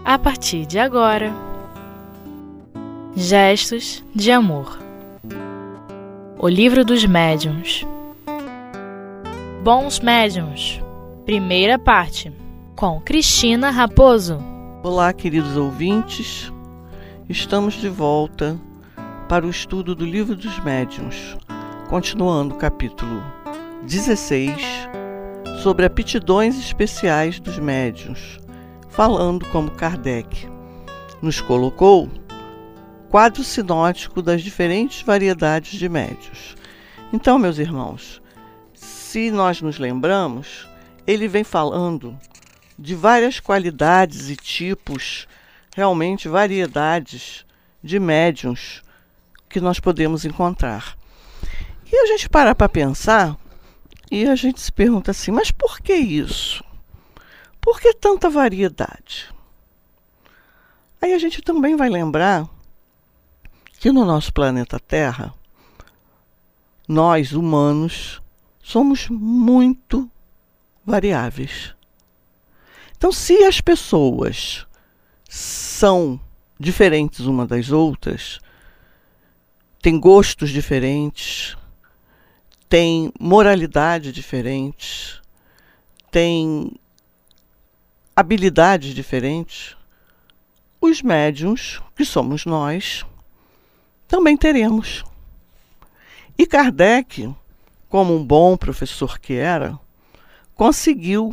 a partir de agora. Gestos de Amor. O Livro dos Médiuns. Bons Médiuns. Primeira parte, com Cristina Raposo. Olá, queridos ouvintes. Estamos de volta para o estudo do Livro dos Médiuns, continuando o capítulo 16, sobre aptidões especiais dos médiuns, falando como Kardec nos colocou, quadro sinótico das diferentes variedades de médiuns. Então, meus irmãos, se nós nos lembramos, ele vem falando de várias qualidades e tipos, realmente variedades de médiuns que nós podemos encontrar. E a gente para pensar e a gente se pergunta assim, mas por que isso? Por que tanta variedade? Aí a gente também vai lembrar que no nosso planeta Terra, nós, humanos, somos muito variáveis. Então, se as pessoas são diferentes uma das outras, têm gostos diferentes, têm moralidade diferentes, têm habilidades diferentes, os médiuns, que somos nós, também teremos. E Kardec, como um bom professor que era, conseguiu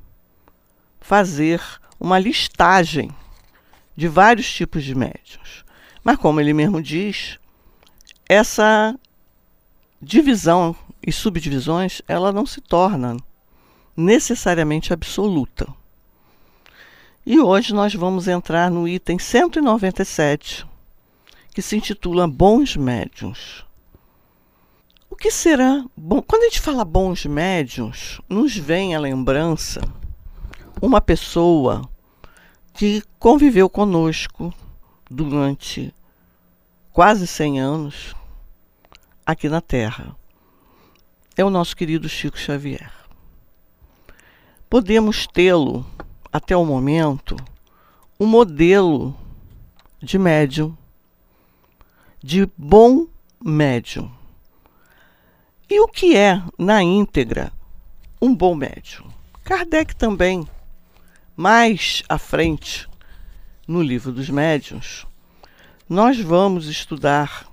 fazer uma listagem de vários tipos de médiuns. Mas, como ele mesmo diz, essa divisão e subdivisões, ela não se torna necessariamente absoluta. E hoje nós vamos entrar no item 197, que se intitula Bons Médiuns. O que será bom? Quando a gente fala bons médiuns, nos vem à lembrança uma pessoa que conviveu conosco durante quase 100 anos aqui na Terra. É o nosso querido Chico Xavier. Podemos tê-lo, até o momento, um modelo de médium, de bom médium. E o que é, na íntegra, um bom médium? Kardec também, mais à frente, no Livro dos Médiuns, nós vamos estudar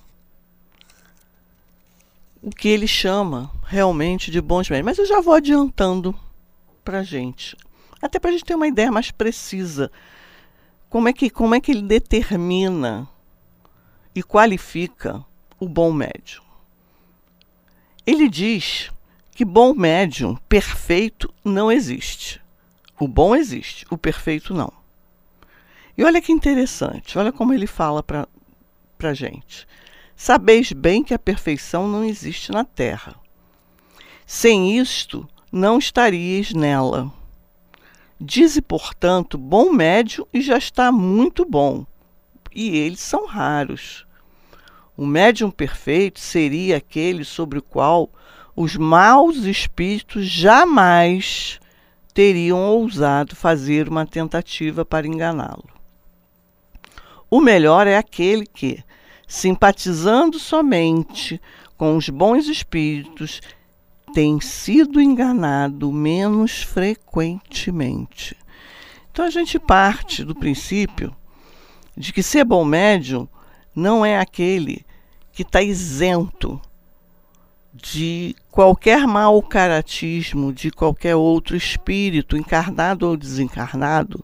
o que ele chama realmente de bons médiuns. Mas eu já vou adiantando para a gente, até para a gente ter uma ideia mais precisa. Como é que ele determina e qualifica o bom médium? Ele diz que bom médium perfeito não existe. O bom existe, o perfeito não. E olha que interessante, olha como ele fala para a gente. Sabeis bem que a perfeição não existe na terra. Sem isto, não estaríeis nela. Dize, portanto, bom médium e já está muito bom. E eles são raros. O médium perfeito seria aquele sobre o qual os maus espíritos jamais teriam ousado fazer uma tentativa para enganá-lo. O melhor é aquele que, simpatizando somente com os bons espíritos, tem sido enganado menos frequentemente. Então a gente parte do princípio de que ser bom médium não é aquele que está isento de qualquer mau caratismo, de qualquer outro espírito, encarnado ou desencarnado,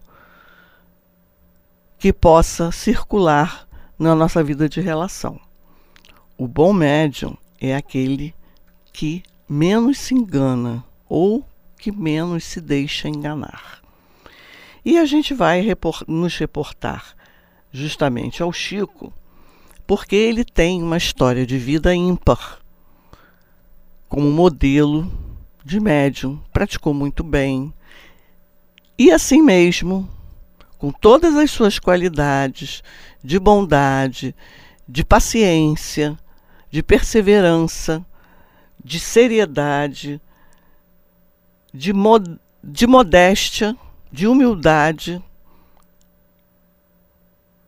que possa circular na nossa vida de relação. O bom médium é aquele que menos se engana ou que menos se deixa enganar. E a gente vai nos reportar justamente ao Chico, porque ele tem uma história de vida ímpar. Como modelo de médium, praticou muito bem. E assim mesmo, com todas as suas qualidades de bondade, de paciência, de perseverança, de seriedade, de modéstia, de humildade,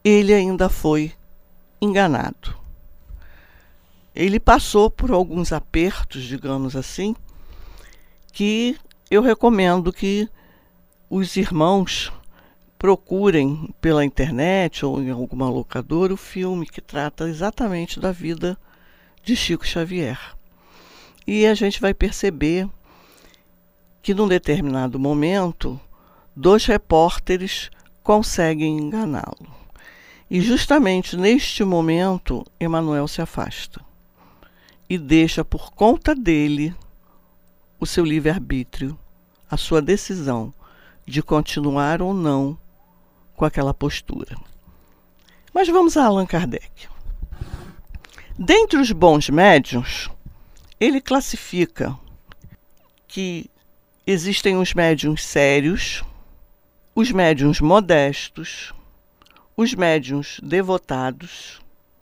ele ainda foi enganado. Ele passou por alguns apertos, digamos assim, que eu recomendo que os irmãos procurem pela internet ou em alguma locadora o filme que trata exatamente da vida de Chico Xavier. E a gente vai perceber que num determinado momento, 2 repórteres conseguem enganá-lo. E justamente neste momento, Emanuel se afasta e deixa por conta dele o seu livre-arbítrio, a sua decisão de continuar ou não com aquela postura. Mas vamos a Allan Kardec. Dentre os bons médiuns, ele classifica que existem os médiuns sérios, os médiuns modestos, os médiuns devotados.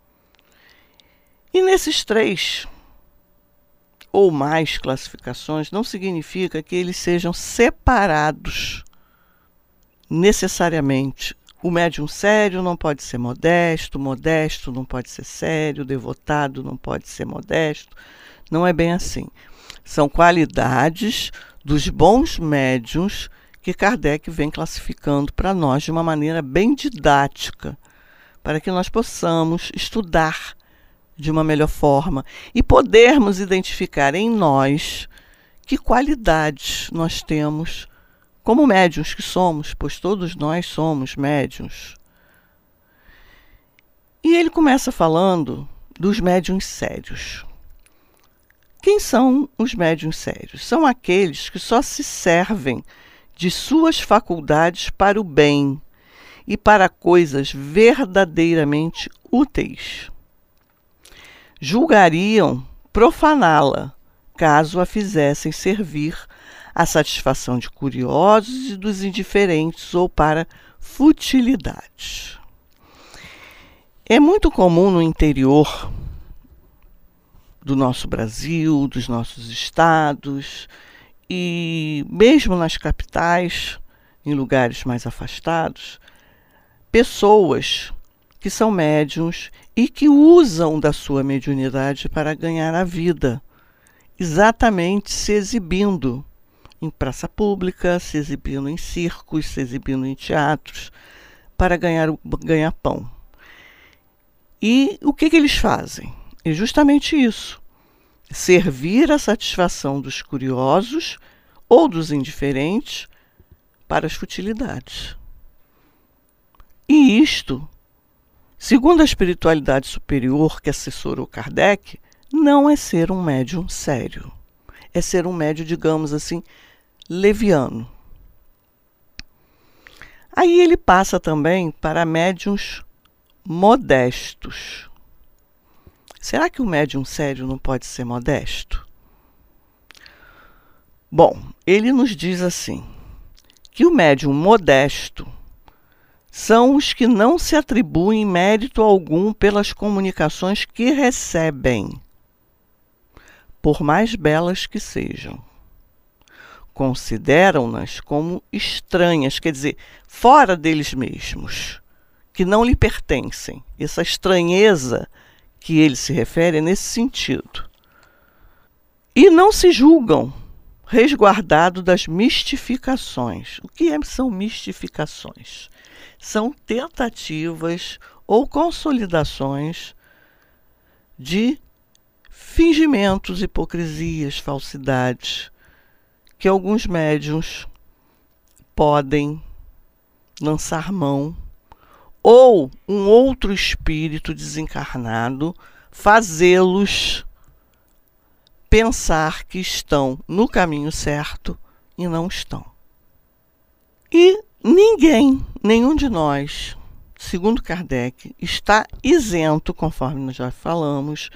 E nesses 3 ou mais classificações não significa que eles sejam separados necessariamente. O médium sério não pode ser modesto, modesto não pode ser sério, devotado não pode ser modesto. Não é bem assim. São qualidades dos bons médiuns que Kardec vem classificando para nós de uma maneira bem didática, para que nós possamos estudar de uma melhor forma e podermos identificar em nós que qualidades nós temos como médiuns que somos, pois todos nós somos médiuns. E ele começa falando dos médiuns sérios. Quem são os médiuns sérios? São aqueles que só se servem de suas faculdades para o bem e para coisas verdadeiramente úteis. Julgariam profaná-la, caso a fizessem servir à satisfação de curiosos e dos indiferentes ou para futilidades. É muito comum no interior do nosso Brasil, dos nossos estados e mesmo nas capitais, em lugares mais afastados, pessoas que são médiuns e que usam da sua mediunidade para ganhar a vida, exatamente se exibindo em praça pública, se exibindo em circos, se exibindo em teatros, para ganhar pão. E o que eles fazem? É justamente isso: servir à satisfação dos curiosos ou dos indiferentes para as futilidades. E isto, segundo a espiritualidade superior que assessorou Kardec, não é ser um médium sério. É ser um médium, digamos assim, leviano. Aí ele passa também para médiuns modestos. Será que o médium sério não pode ser modesto? Bom, ele nos diz assim, que o médium modesto são os que não se atribuem mérito algum pelas comunicações que recebem, por mais belas que sejam. Consideram-nas como estranhas, quer dizer, fora deles mesmos, que não lhe pertencem. Essa estranheza que ele se refere é nesse sentido. E não se julgam resguardado das mistificações. O que são mistificações? São tentativas ou consolidações de fingimentos, hipocrisias, falsidades, que alguns médiuns podem lançar mão, ou um outro espírito desencarnado fazê-los pensar que estão no caminho certo e não estão. E ninguém, nenhum de nós, segundo Kardec, está isento, conforme nós já falamos,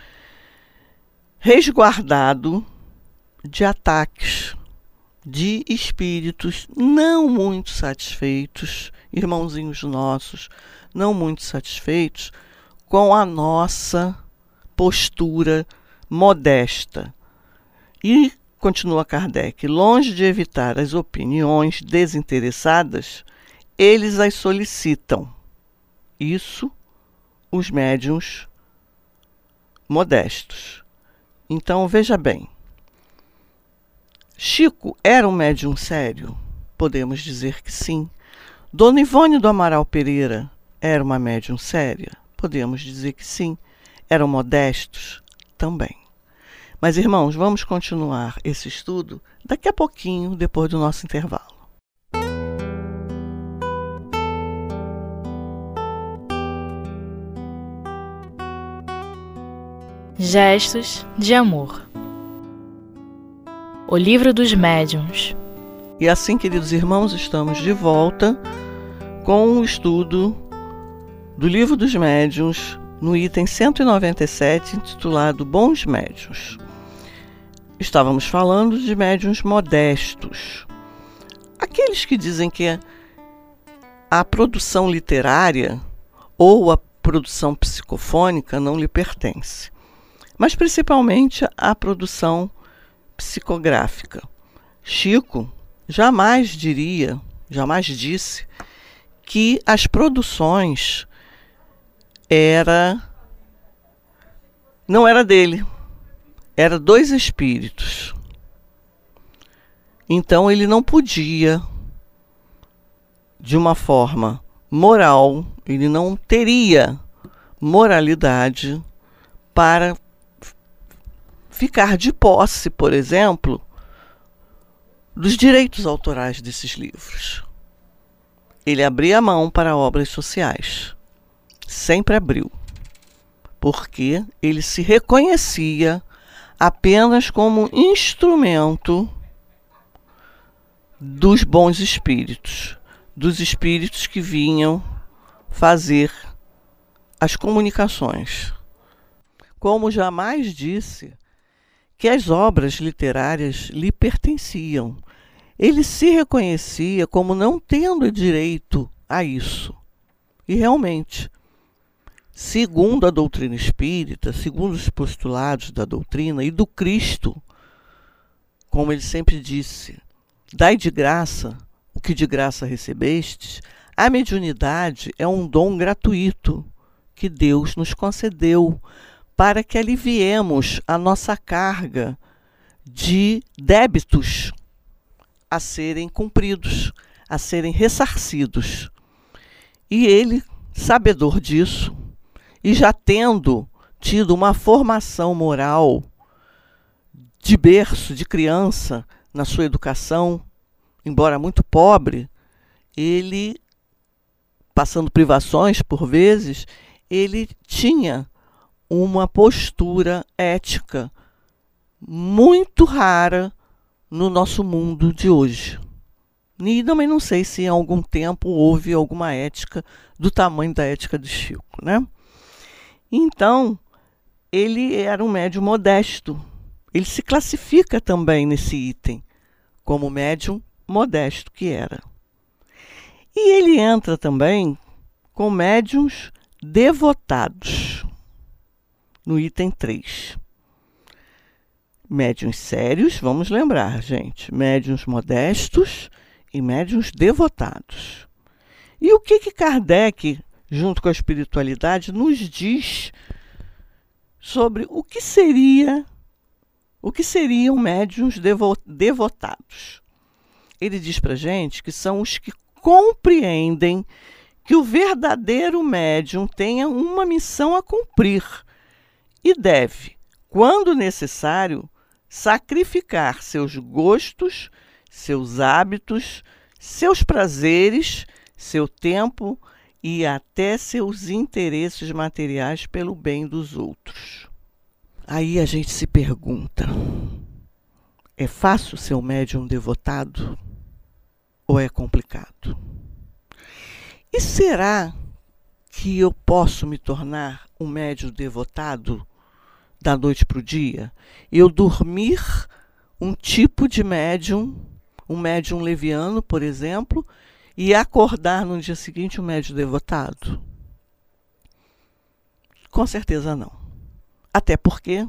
resguardado de ataques de espíritos não muito satisfeitos, irmãozinhos nossos, não muito satisfeitos com a nossa postura modesta. E, continua Kardec, longe de evitar as opiniões desinteressadas, eles as solicitam. isso os médiuns modestos. Então, veja bem. Chico era um médium sério? Podemos dizer que sim. Dona Ivone do Amaral Pereira era uma médium séria? Podemos dizer que sim. Eram modestos? Também. Mas, irmãos, vamos continuar esse estudo daqui a pouquinho, depois do nosso intervalo. Gestos de amor. O Livro dos Médiuns. E assim, queridos irmãos, estamos de volta com o estudo do Livro dos Médiuns, no item 197, intitulado Bons Médiuns. Estávamos falando de médiuns modestos. Aqueles que dizem que a produção literária ou a produção psicofônica não lhe pertence, mas principalmente a produção psicográfica. Chico jamais disse que as produções não era dele, era dos espíritos. Então ele não podia, de uma forma moral, ele não teria moralidade para ficar de posse, por exemplo, dos direitos autorais desses livros. Ele abria a mão para obras sociais. Sempre abriu. Porque ele se reconhecia apenas como instrumento dos bons espíritos, dos espíritos que vinham fazer as comunicações. Como jamais disse que as obras literárias lhe pertenciam. Ele se reconhecia como não tendo direito a isso. E realmente, segundo a doutrina espírita, segundo os postulados da doutrina e do Cristo, como ele sempre disse, dai de graça o que de graça recebestes, a mediunidade é um dom gratuito que Deus nos concedeu para que aliviemos a nossa carga de débitos a serem cumpridos, a serem ressarcidos. E ele, sabedor disso, e já tendo tido uma formação moral de berço, de criança, na sua educação, embora muito pobre, ele, passando privações por vezes, ele tinha uma postura ética muito rara no nosso mundo de hoje. E também não sei se em algum tempo houve alguma ética do tamanho da ética de Chico, né? Então, ele era um médium modesto. Ele se classifica também nesse item como médium modesto que era. E ele entra também com médiuns devotados, no item 3. Médiuns sérios, vamos lembrar, gente, médiuns modestos e médiuns devotados. E o que Kardec, junto com a espiritualidade, nos diz sobre o que seriam médiuns devotados? Ele diz para a gente que são os que compreendem que o verdadeiro médium tenha uma missão a cumprir e deve, quando necessário, sacrificar seus gostos, seus hábitos, seus prazeres, seu tempo e até seus interesses materiais pelo bem dos outros. Aí a gente se pergunta, é fácil ser um médium devotado ou é complicado? E será que eu posso me tornar um médium devotado da noite para o dia? Eu dormir um tipo de médium, um médium leviano, por exemplo, e acordar no dia seguinte um médium devotado? Com certeza não. Até porque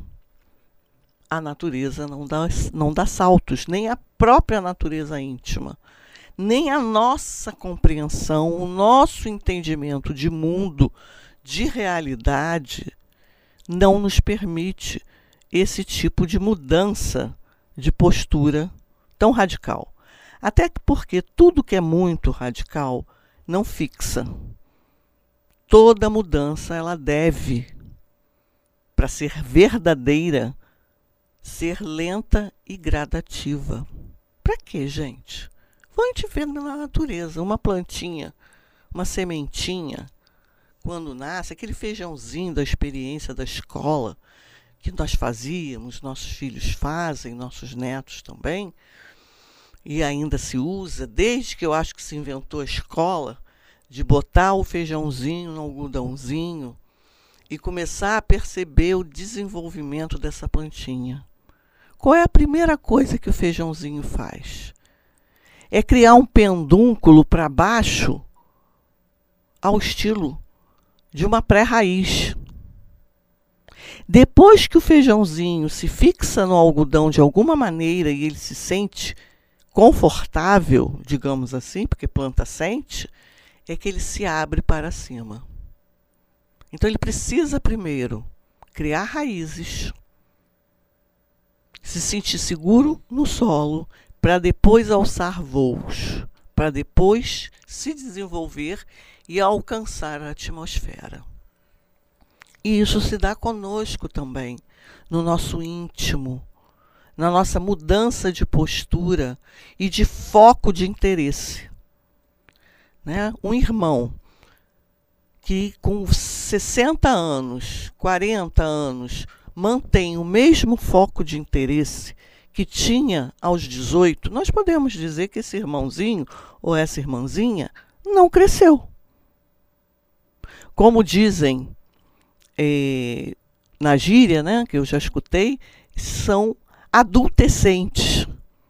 a natureza não dá saltos, nem a própria natureza íntima. nem a nossa compreensão, o nosso entendimento de mundo, de realidade, não nos permite esse tipo de mudança de postura tão radical. Até porque tudo que é muito radical não fixa. Toda mudança ela deve, para ser verdadeira, ser lenta e gradativa. Para quê, gente? Vamos te ver na natureza, uma plantinha, uma sementinha, quando nasce, aquele feijãozinho da experiência da escola, que nós fazíamos, nossos filhos fazem, nossos netos também, e ainda se usa, desde que eu acho que se inventou a escola, de botar o feijãozinho no algodãozinho e começar a perceber o desenvolvimento dessa plantinha. Qual é a primeira coisa que o feijãozinho faz? É criar um pendúnculo para baixo ao estilo de uma pré-raiz. Depois que o feijãozinho se fixa no algodão de alguma maneira e ele se sente confortável, digamos assim, porque planta sente, é que ele se abre para cima. Então ele precisa primeiro criar raízes, se sentir seguro no solo, para depois alçar voos, para depois se desenvolver e alcançar a atmosfera. E isso se dá conosco também, no nosso íntimo, na nossa mudança de postura e de foco de interesse. Né? Um irmão que com 60 anos, 40 anos, mantém o mesmo foco de interesse que tinha aos 18, nós podemos dizer que esse irmãozinho ou essa irmãzinha não cresceu. Como dizem na gíria, né, que eu já escutei, são adultescentes.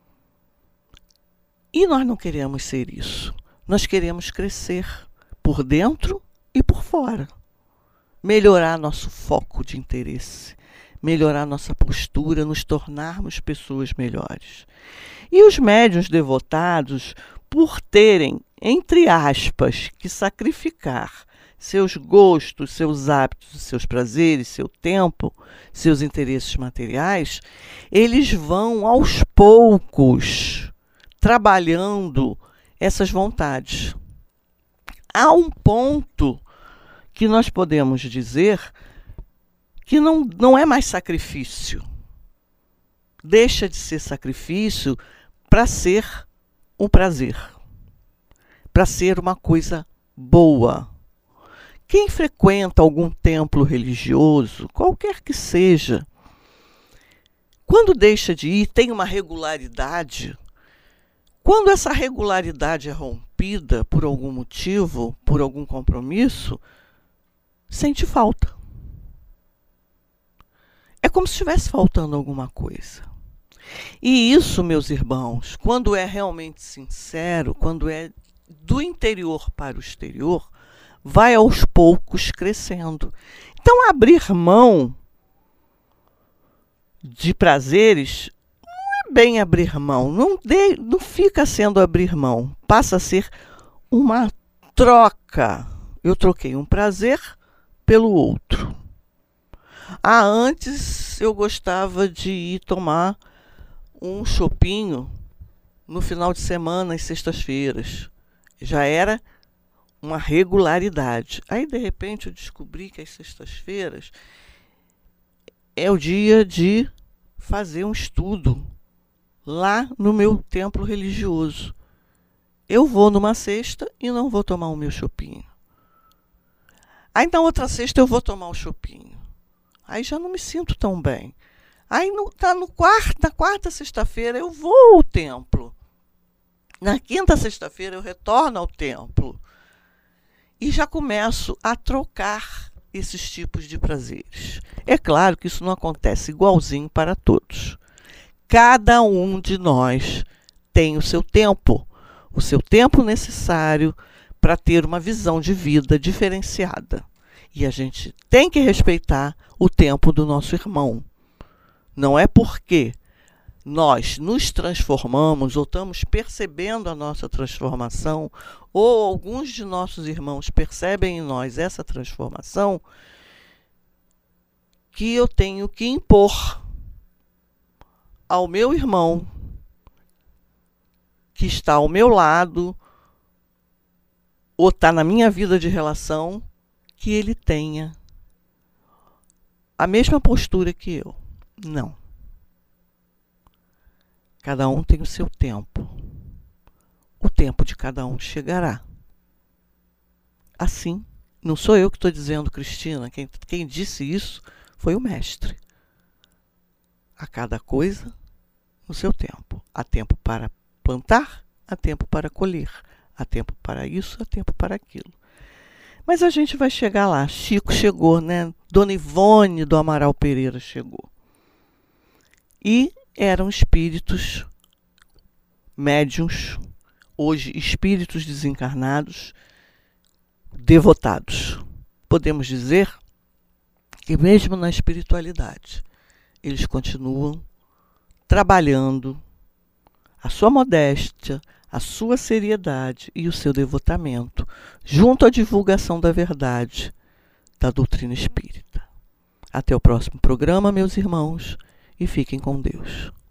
E nós não queremos ser isso. Nós queremos crescer por dentro e por fora. Melhorar nosso foco de interesse, melhorar nossa postura, nos tornarmos pessoas melhores. E os médiuns devotados, por terem, entre aspas, que sacrificar seus gostos, seus hábitos, seus prazeres, seu tempo, seus interesses materiais, eles vão aos poucos trabalhando essas vontades. Há um ponto que nós podemos dizer que não é mais sacrifício. Deixa de ser sacrifício para ser um prazer, para ser uma coisa boa. Quem frequenta algum templo religioso, qualquer que seja, quando deixa de ir, tem uma regularidade. Quando essa regularidade é rompida por algum motivo, por algum compromisso, sente falta. É como se estivesse faltando alguma coisa. E isso, meus irmãos, quando é realmente sincero, quando é do interior para o exterior, vai aos poucos crescendo. Então, abrir mão de prazeres não é bem abrir mão, não fica sendo abrir mão, passa a ser uma troca. Eu troquei um prazer pelo outro. Antes eu gostava de ir tomar um chopinho no final de semana, às sextas-feiras. Já era uma regularidade. Aí, de repente, eu descobri que às sextas-feiras é o dia de fazer um estudo lá no meu templo religioso. Eu vou numa sexta e não vou tomar o meu chopinho. Aí, na outra sexta, eu vou tomar o chopinho. Aí já não me sinto tão bem. Aí, na quarta sexta-feira, eu vou ao templo. Na quinta sexta-feira, eu retorno ao templo. E já começo a trocar esses tipos de prazeres. É claro que isso não acontece igualzinho para todos. Cada um de nós tem o seu tempo necessário para ter uma visão de vida diferenciada. E a gente tem que respeitar o tempo do nosso irmão. Não é porque nós nos transformamos ou estamos percebendo a nossa transformação, ou alguns de nossos irmãos percebem em nós essa transformação, que eu tenho que impor ao meu irmão que está ao meu lado ou está na minha vida de relação, que ele tenha a mesma postura que eu. Não. Cada um tem o seu tempo. O tempo de cada um chegará. Assim, não sou eu que estou dizendo, Cristina. Quem disse isso foi o Mestre. A cada coisa no seu tempo. Há tempo para plantar, há tempo para colher. Há tempo para isso, há tempo para aquilo. Mas a gente vai chegar lá. Chico chegou, né? Dona Ivone do Amaral Pereira chegou. E eram espíritos médiuns, hoje espíritos desencarnados, devotados. Podemos dizer que mesmo na espiritualidade, eles continuam trabalhando a sua modéstia, a sua seriedade e o seu devotamento, junto à divulgação da verdade da doutrina espírita. Até o próximo programa, meus irmãos, e fiquem com Deus.